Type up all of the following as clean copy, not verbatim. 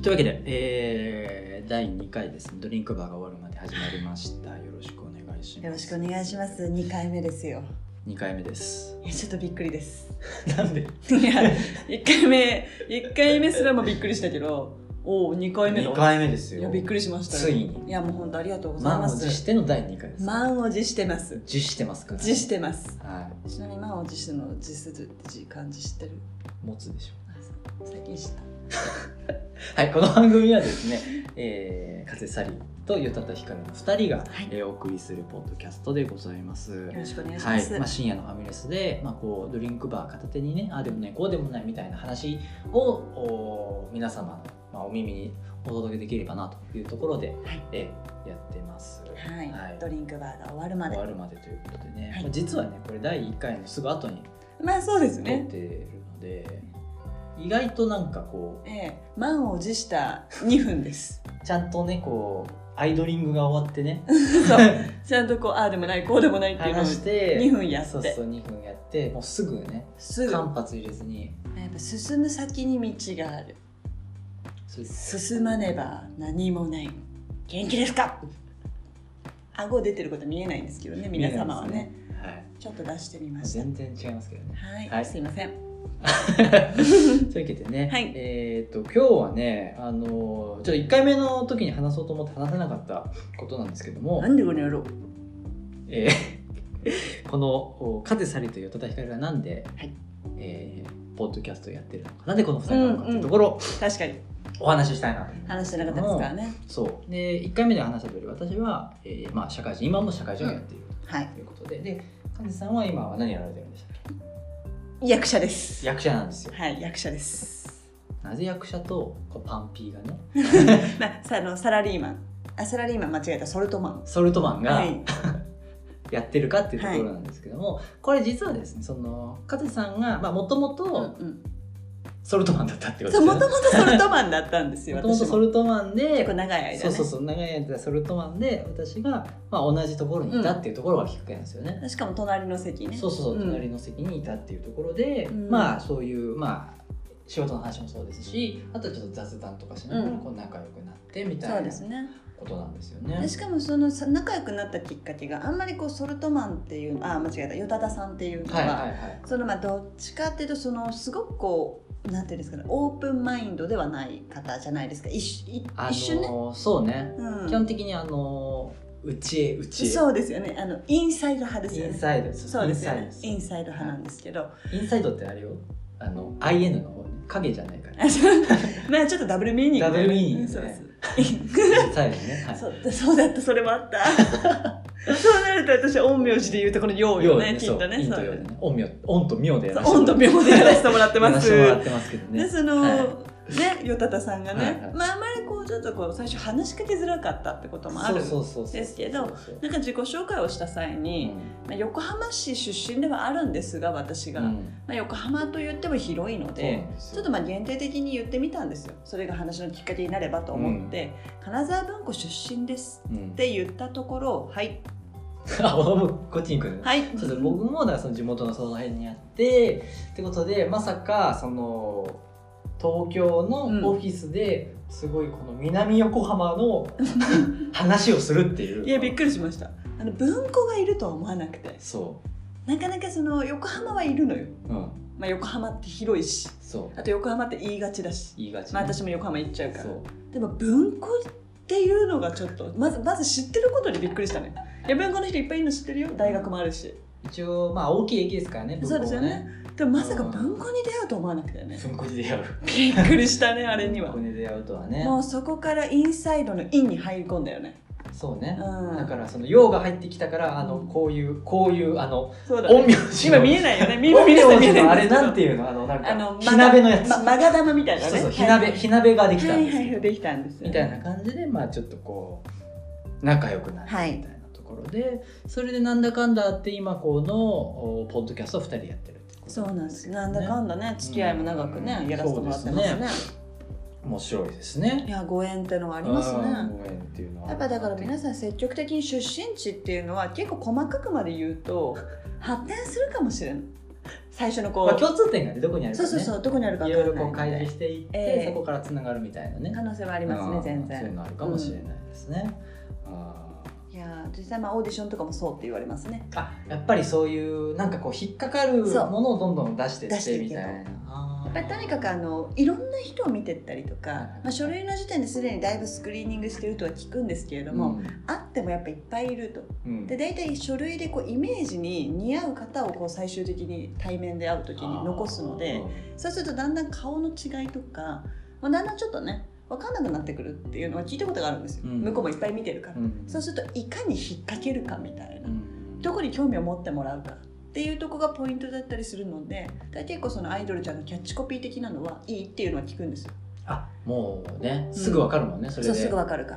というわけで、第2回ですね、ドリンクバーが終わるまで始まりました。よろしくお願いします。 よろしくお願いします。2回目ですよ。 2回目です。 いや、ちょっとびっくりです。 なんで？ いや、1回目すらもびっくりしたけど、おお、2回目の。 2回目ですよ。 いや、びっくりしましたよ。 ついに。 いや、もう本当ありがとうございます。 満を持しての第2回です。 満を持してます。 持してますから、ね。 持してます。 はい。 ちなみに満を持しての持するって漢字知ってる？ 持つでしょ。 最近知った。 はい、この番組はですね、風サリとヨタタヒカルの2人が、お送りするポッドキャストでございます。よろしくお願いします。 はい、深夜のファミレスで、こうドリンクバー片手にね、ああでもないこうでもないみたいな話を皆様の、お耳にお届けできればなというところで、やってます。 はい、ドリンクバーが終わるまでということでね、実はねこれ第1回のすぐ後にそうですね。 撮ってるので。意外となんかこう、満を持した2分です。 ちゃんとねこうアイドリングが終わってねそうちゃんとこうああでもないこうでもないっていうのを2分やってそう2分やってもうすぐね間髪入れずにやっぱ進む先に道がある。進まねば何もない。元気ですか？顎出てること見えないんですけどね、皆様はね。はい、ちょっと出してみました。 全然違いますけどね。 はい、すいません。 というわけでね、今日はね、ちょっと1回目の時に話そうと思って話せなかったことなんですけども、 なんでこれやろう、 この風サリとヨタタヒカルがなんで、ポッドキャストをやってるのか、なんでこの2人なのかっていうところ、 確かにお話ししたいなと話してなかったですからね。 そうで1回目で話した通り、私は、社会人、今も社会人をやっているということで、で風さんは今は何やられてるんでしたっけ？ 役者です。 役者なんですよ。 はい、役者です。 なぜ役者とパンピーがねサラリーマン間違えた、ソルトマンが、やってるかっていうところなんですけども、これ実はですね、その風さんがもともとソルトマンだったってことですよね。 もともとソルトマンだったんですよ。 もともとソルトマンで結構長い間ね。 そう長い間ソルトマンで、私が同じところにいたっていうところがきっかけなんですよね。 しかも隣の席ね。 隣の席にいたっていうところで、そういう仕事の話もそうですし、あとちょっと雑談とかしながらこう仲良くなってみたいなことなんですよね。 しかもその仲良くなったきっかけがあんまりこうソルトマンっていう間違えた、ヨタタさんっていうのはそのどっちかっていうとそのすごくこうなんていうんですかね、オープンマインドではない方じゃないですか。一瞬ね。 そうね。基本的に内へ。 そうですよね。インサイド派ですよね。 インサイド。 そうですよね。インサイド派なんですけど。 インサイドってあれよ。IN の方ね。影じゃないから。 ちょっとダブルミーニング。 ダブルミーニング。そうです。インサイドね。 そうだった、それもあった。そうなると私は陰陽師でいうとこの陽よね、きっとね。 陰と妙でやらせてもらってます。でそのヨタタさんがね、あんまりこうちょっとこう最初話しかけづらかったってこともあるんですけど、なんか自己紹介をした際に、横浜市出身ではあるんですが、私が横浜と言っても広いので、ちょっと限定的に言ってみたんですよ。それが話のきっかけになればと思って、金沢文庫出身ですって言ったところ、はい。 こっちに来る。 はい。 ちょっと僕もだからその地元のその辺にあってってことで、まさかその東京のオフィスですごいこの南横浜の話をするっていう。 いやびっくりしました。文庫がいるとは思わなくて。 そう。 なかなかその横浜はいるのよ。横浜って広いし。あと横浜って言いがちだし。私も横浜行っちゃうから。でも文庫っていうのがちょっとまず知ってることにびっくりしたね。いや文庫の人いっぱいいるの知ってるよ。大学もあるし。 一応大きい駅ですからね。 そうですよね。でもまさか文庫に出会うと思わなくてね。 文庫に出会う。 びっくりしたね、あれには。 文庫に出会うとはね。 もうそこからインサイドのインに入り込んだよね。 そうね。だからその陽が入ってきたからこういう陰陽師今見えないよね。 陰陽師のあれなんていうのなんか火鍋のやつ。 マガ玉みたいなね。 そう火鍋ができたんですよ。 できたんです。 みたいな感じでちょっとこう仲良くなるみたいなところで、それでなんだかんだあって今このポッドキャストを2人でやってる。 そうなんです。なんだかんだね、付き合いも長くね、やらせてもらってますね。 面白いですね。 いや、ご縁っていうのはありますね。 ご縁っていうのは。 やっぱだから皆さん積極的に出身地っていうのは結構細かくまで言うと発展するかもしれない。 最初のこう、 共通点がねどこにあるかね、 そうどこにあるかいろいろこう開示していって、そこからつながるみたいなね可能性はありますね、全然。 そういうのあるかもしれないですね。 いや実際オーディションとかもそうって言われますね。 やっぱりそういうなんかこう引っかかるものをどんどん出していってみたいな。 やっぱりとにかくいろんな人を見てったりとか、書類の時点ですでにだいぶスクリーニングしてるとは聞くんですけれども、あってもやっぱいっぱいいると。で大体書類でこうイメージに似合う方をこう最終的に対面で会う時に残すので、そうするとだんだん顔の違いとか、だんだんちょっとね分かんなくなってくるっていうのは聞いたことがあるんですよ、向こうもいっぱい見てるから、そうするといかに引っ掛けるかみたいな、どこに興味を持ってもらうかっていうとこがポイントだったりするので、大体結構そのアイドルちゃんのキャッチコピー的なのはいいっていうのは聞くんですよ。 もうねすぐ分かるもんね、それで。 そうすぐ分かるから。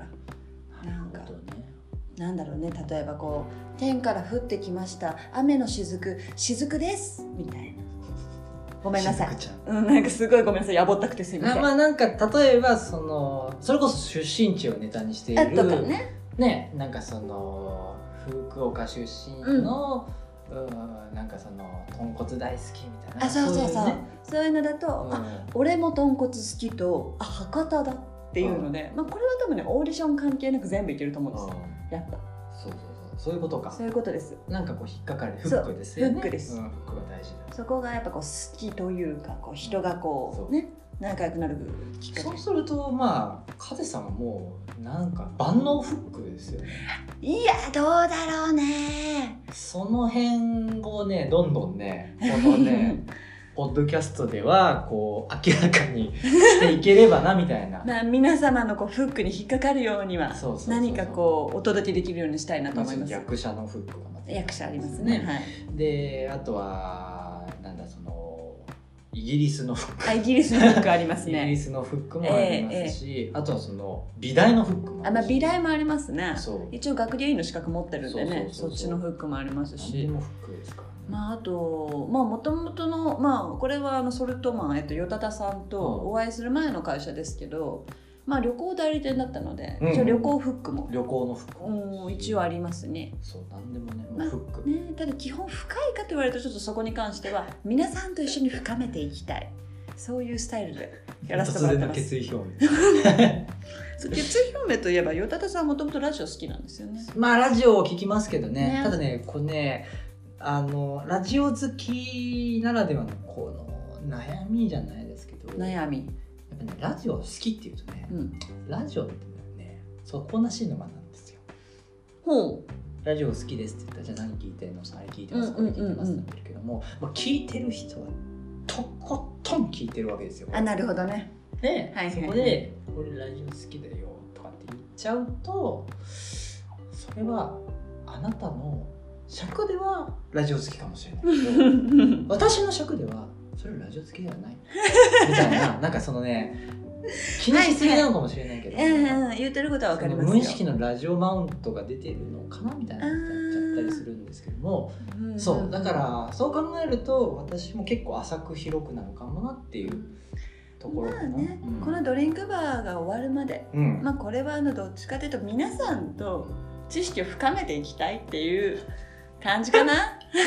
なんだろうね、例えばこう天から降ってきました雨の雫ですみたいな。ごめんなさい。なんかすごいごめんなさい、やぼったくてすみません。 なんか例えばそれこそ出身地をネタにしているとかね、 なんかその福岡出身の、なんかその豚骨大好きみたいな。そういうのだと、俺も豚骨好きと博多だっていうので、これは多分ねオーディション関係なく全部いけると思うんですよ。やっぱ。そういうことか。そういうことです。 なんかこう引っかかるフックですよね。 フックです。 フックが大事だ。 そこがやっぱこう好きというか、こう人がこうね仲良くなるきっかけ。 そうするとカゼさんはもうなんか万能フックですよね。 いやどうだろうね。 その辺をねどんどんねこのねポッドキャストではこう明らかにしていければなみたいな。 皆様のこうフックに引っかかるようには何かこうお届けできるようにしたいなと思います。 役者のフックがまず役者ありますね。 であとはなんだそのイギリスのフック。 イギリスのフックありますね。 イギリスのフックもありますし、あとはその美大のフックもあるし。 美大もありますね。一応学芸員の資格持ってるんでね、そっちのフックもありますし。 何でもフックですか。 あともともとのこれはソルトマンヨタタさんとお会いする前の会社ですけど、旅行代理店だったので、旅行フックも旅行のフックも一応ありますね。 そうなんでもね、フックね。ただ基本深いかと言われるとちょっとそこに関しては皆さんと一緒に深めていきたい、そういうスタイルでやらせてもらってます。 突然の決意表明決意表明といえばヨタタさんもともとラジオ好きなんですよね。 ラジオを聞きますけどね。ただねこれねラジオ好きならではのこの悩みじゃないですけど、 悩みやっぱねラジオ好きっていうとね、ラジオってね底なし沼なんですよ。ラジオ好きですって言ったら、じゃあ何聞いてんの、あれ聞いてます、これ聞いてますって言うけども、聞いてる人はとことん聞いてるわけですよ。 なるほどね。 で、そこで俺ラジオ好きだよとかって言っちゃうと、それはあなたの尺ではラジオ好きかもしれないけど私の尺ではそれラジオ好きではないみたいな、なんかそのね気にしすぎなのかもしれないけど、 言ってることは分かりますよ。 無意識のラジオマウントが出てるのかなみたいなのになっちゃったりするんですけども、そうだからそう考えると私も結構浅く広くなのかもなっていうところかな。 このドリンクバーが終わるまで、これはどっちかというと皆さんと知識を深めていきたいっていう感じかな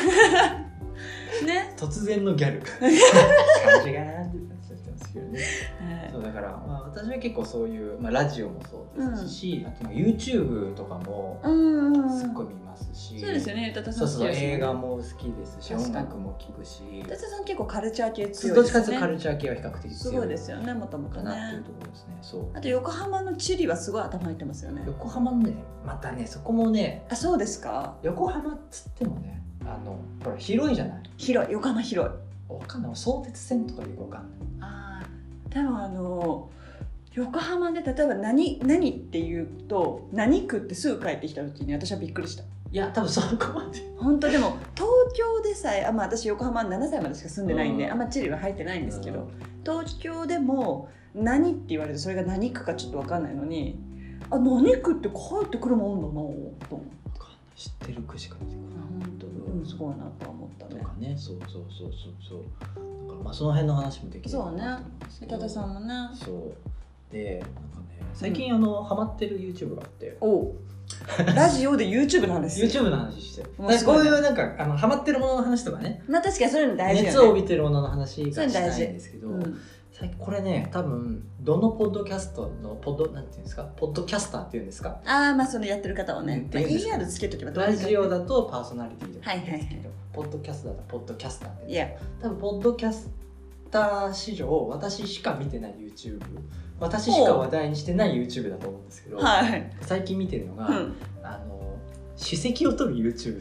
ね、 突然のギャル感じがなってなっちゃってますけどね。そうだから私は結構そういう、ラジオもそうですし、あと YouTube とかもすっごい見ますし、 そうですよね。そう映画も好きですし、音楽も聴くし、 タタさん結構カルチャー系強いですね。 どっちかというとカルチャー系は比較的強いすごいですよね、もともとね。 なっていうところですね。そう。 あと横浜の地理はすごい頭入ってますよね。 横浜のね、またねそこもね。 そうですか。 横浜っつってもね、ほら広いじゃない。 広い、横浜広い。 わかんない。相鉄線とかでよくわかんない。 多分横浜で例えば何って言うと何区ってすぐ帰ってきた時に私はびっくりした。 いや多分そこまで本当でも東京でさえ私横浜7歳までしか住んでないんであんま地理は入ってないんですけど、東京でも何って言われるとそれが何区かちょっと分かんないのに、何区って帰ってくるもんだなと思う。分かんない、 知ってる区しか出てこない。 本当すごいなと思ったね。 とかね、そうだからその辺の話もできる。 そうね、北田さんもね。 そうでなんかね最近ハマってる YouTube があって、 ラジオで YouTube の話 YouTube の話してこういうなんかハマってるものの話とかね、 まあ確かにそういうの大事よね。 熱を帯びてるものの話がしたいんですけど、最近これね、多分どのポッドキャストのなんていうんですか、ポッドキャスターっていうんですか、 まあそのやってる方をね、ER つけとけばラジオだとパーソナリティでもいいんですけど、ポッドキャストだとポッドキャスターって、 いや多分ポッドキャスター史上私しか見てない YouTube、 私しか話題にしてない YouTube だと思うんですけど、最近見てるのが、史跡を撮る YouTube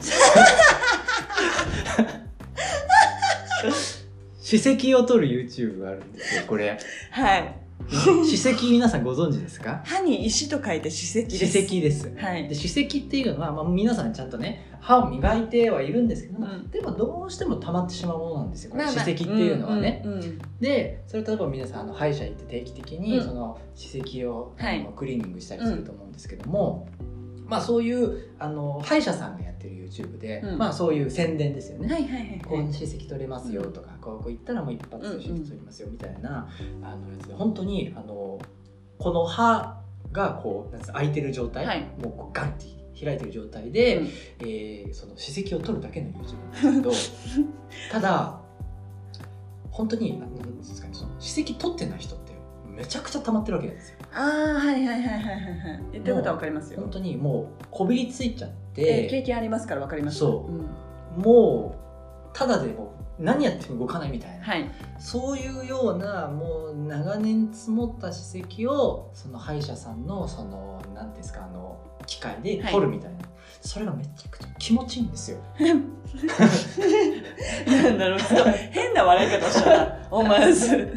史跡を撮る YouTube があるんですよ、これ。 はい。 史跡皆さんご存知ですか？ 歯に石と書いて史跡です。 史跡です。はい。で史跡っていうのは、まあ、皆さんちゃんとね歯を磨いてはいるんですけども、でもどうしても溜まってしまうものなんですよ。これ史跡っていうのはね。で、それ例えば皆さん歯医者行って定期的にその史跡をクリーニングしたりすると思うんですけども。まあそういう歯医者さんがやってる YouTube で、まあそういう宣伝ですよね。こう歯石取れますよとか、こういったらもう一発で歯石取りますよみたいなやつで、本当にこの歯がこう開いてる状態、もうこうガンって開いてる状態で、その歯石を取るだけの YouTube なんですけど、ただ本当になんですかね、その歯石取ってない人ってめちゃくちゃ溜まってるわけなんですよ。 言ってることは分かりますよ。 本当にもうこびりついちゃって、 経験ありますから分かります。 そう、もうただでも何やっても動かないみたいな、そういうようなもう長年積もった歯石をその歯医者さんのその何ですか機械で取るみたいな、それがめちゃくちゃ気持ちいいんですよ。 なんだろう、変な笑い方をした思わず。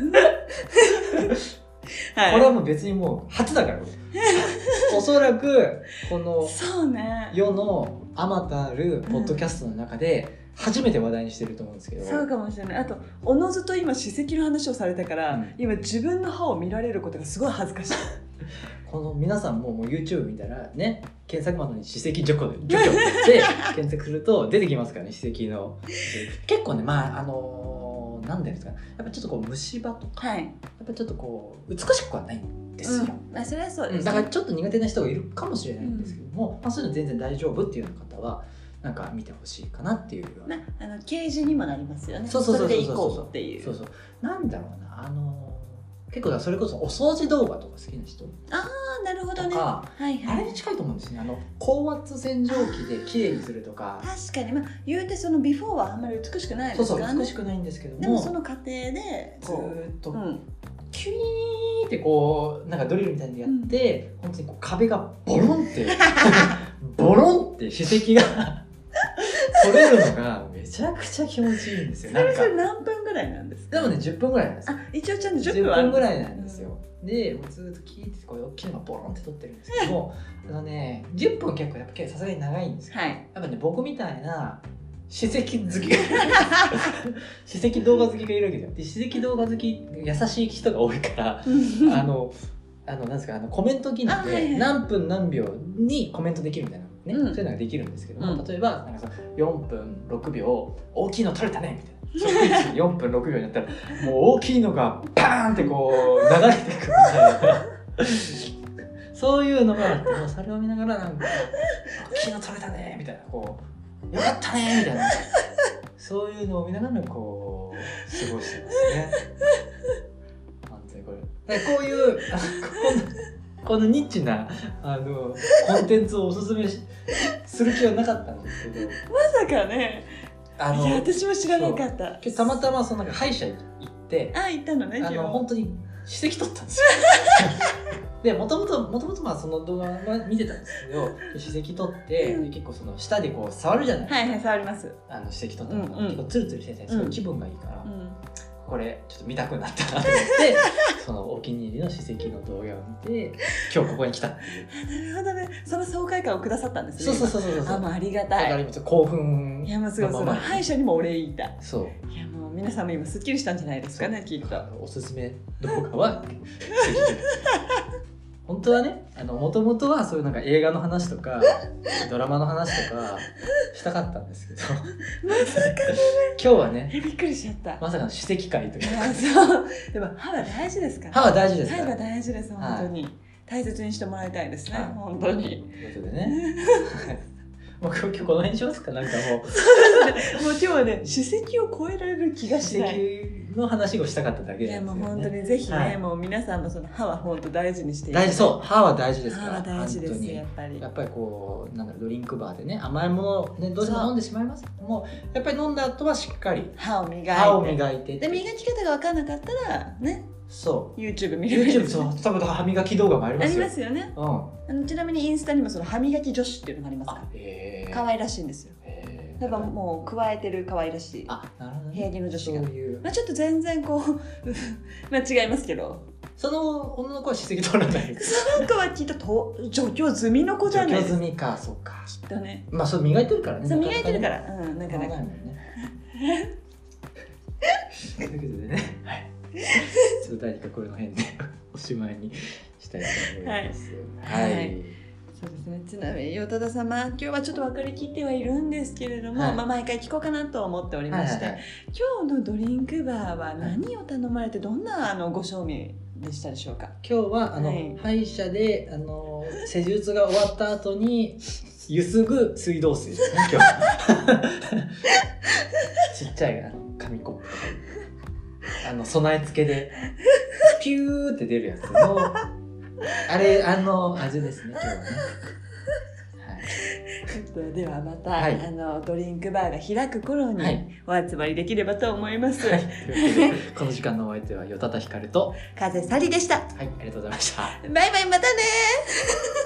これはもう別にもう初だからおそらくこの世のあまたあるポッドキャストの中で初めて話題にしてると思うんですけど、 そうかもしれない。あとおのずと今歯石の話をされたから、今自分の歯を見られることがすごい恥ずかしい。 この皆さんもう YouTube 見たらね、検索窓に歯石除去って検索すると出てきますからね、歯石の結構ね、まあなんでですか、やっぱちょっとこう虫歯とか、やっぱちょっとこう美しくはないんですよ。 それはそうです、 だからちょっと苦手な人がいるかもしれないんですけども、そういうの全然大丈夫っていうような方はなんか見てほしいかなっていうような、 啓示にもなりますよね。 それでいこうっていう。 なんだろうな、結構それこそお掃除動画とか好きな人、 なるほどね、 あれに近いと思うんですね。高圧洗浄機できれいにするとか。 確かに、言うてそのビフォーはあんまり美しくないですからね。 美しくないんですけども、 でもその過程でずっとキュイーってこうなんかドリルみたいにやって、本当にこう壁がボロンってボロンって歯石が取れるのがめちゃくちゃ気持ちいいんですよ。 それ何分ぐらいなんですか？ でもね、10分ぐらいなんですよ。 一応ちゃんと10分はある。 10分ぐらいなんですよ。でずっと聞いて、こう大きいのがボロンって取ってるんですけども、10分結構やっぱさすがに長いんですよ。やっぱね、僕みたいな歯石好きが歯石動画好きがいるわけですよ。で歯石動画好き優しい人が多いからなんですか、コメント機能で何分何秒にコメントできるみたいなね、そういうのができるんですけども、例えばなんか4分6秒大きいの撮れたねみたいな。4分6秒になったらもう大きいのがバーンってこう流れてくるみたいなそういうのがあって、もうそれを見ながらなんか大きいの撮れたねみたいな、こうよかったねみたいな、そういうのを見ながらこう過ごしてますね。本当にこういうこのニッチなコンテンツをおすすめする気はなかったんですけど、 まさかね、いや私も知らなかった。 たまたまその歯医者行って行ったのね、 本当に歯石取ったんですよ。でもともとまあその動画は見てたんですけど、歯石取って結構その舌でこう触るじゃないですか。 触ります。 歯石取ったのが結構ツルツルしてて、すごい気分がいいから、これちょっと見たくなったなと思ってそのお気に入りの歯石の動画を見て今日ここに来たっていう。 なるほどね。その爽快感をくださったんですね。 そう。 もうありがたい。 だから興奮。 いやもうすごい、歯医者にもお礼言いたい。 そう。 いやもう皆さんも今すっきりしたんじゃないですかね、きっと。 おすすめ動画は本当はね、もともとはそういうなんか映画の話とかドラマの話とかしたかったんですけどまさかね、 今日はね、 びっくりしちゃった。 まさかの歯石会というか。 そう。でも歯は大事ですから。 歯は大事ですから。 歯は大事です、本当に。 大切にしてもらいたいですね、本当に。ということでねもう今日この辺にしますか。なんかもうもう今日はね、歯石を超えられる気がしない。 歯石の話をしたかっただけですよね。 いやもう本当にぜひね、もう皆さんもその歯は本当大事にしてい大事、そう、歯は大事ですから。 歯は大事ですやっぱり。 やっぱりこうなんだろう、ドリンクバーでね、甘いものねどうしても飲んでしまいます。もうやっぱり飲んだ後はしっかり歯を磨いて。で磨き方が分からなかったらね。 そう。 YouTube 見る。YouTube そう、多分歯磨き動画もありますよ。 ありますよね。ちなみにインスタにもその歯磨き女子っていうのがありますから。可愛らしいんですよ。やっぱもう加えてる可愛らしい部屋着の女子が。まあちょっと全然こうまあ違いますけど。 その女の子は歯石取らない。 その子はきっと除去済みの子じゃないですか。 除去済みか、そうか。 きっとね。 まあそれ磨いてるからね。 そう磨いてるから、なんかね。 ということでね。はい。ちょっと何かこれの辺でおしまいにしたいと思います。はい。 そうですね。ちなみに与多田様、今日はちょっと分かりきってはいるんですけれども、まあ毎回聞こうかなと思っておりまして、今日のドリンクバーは何を頼まれてどんなご賞味でしたでしょうか。 今日は歯医者で施術が終わった後にゆすぐ水道水ですね。今日ちっちゃい紙コップとか。備え付けでピューって出るやつのあれ味ですね今日はね。 はい、ではまた、ドリンクバーが開く頃にお集まりできればと思います。 はい、ということでこの時間のお相手は与多田光と風さりでした。 はい、ありがとうございました。 バイバイ、またね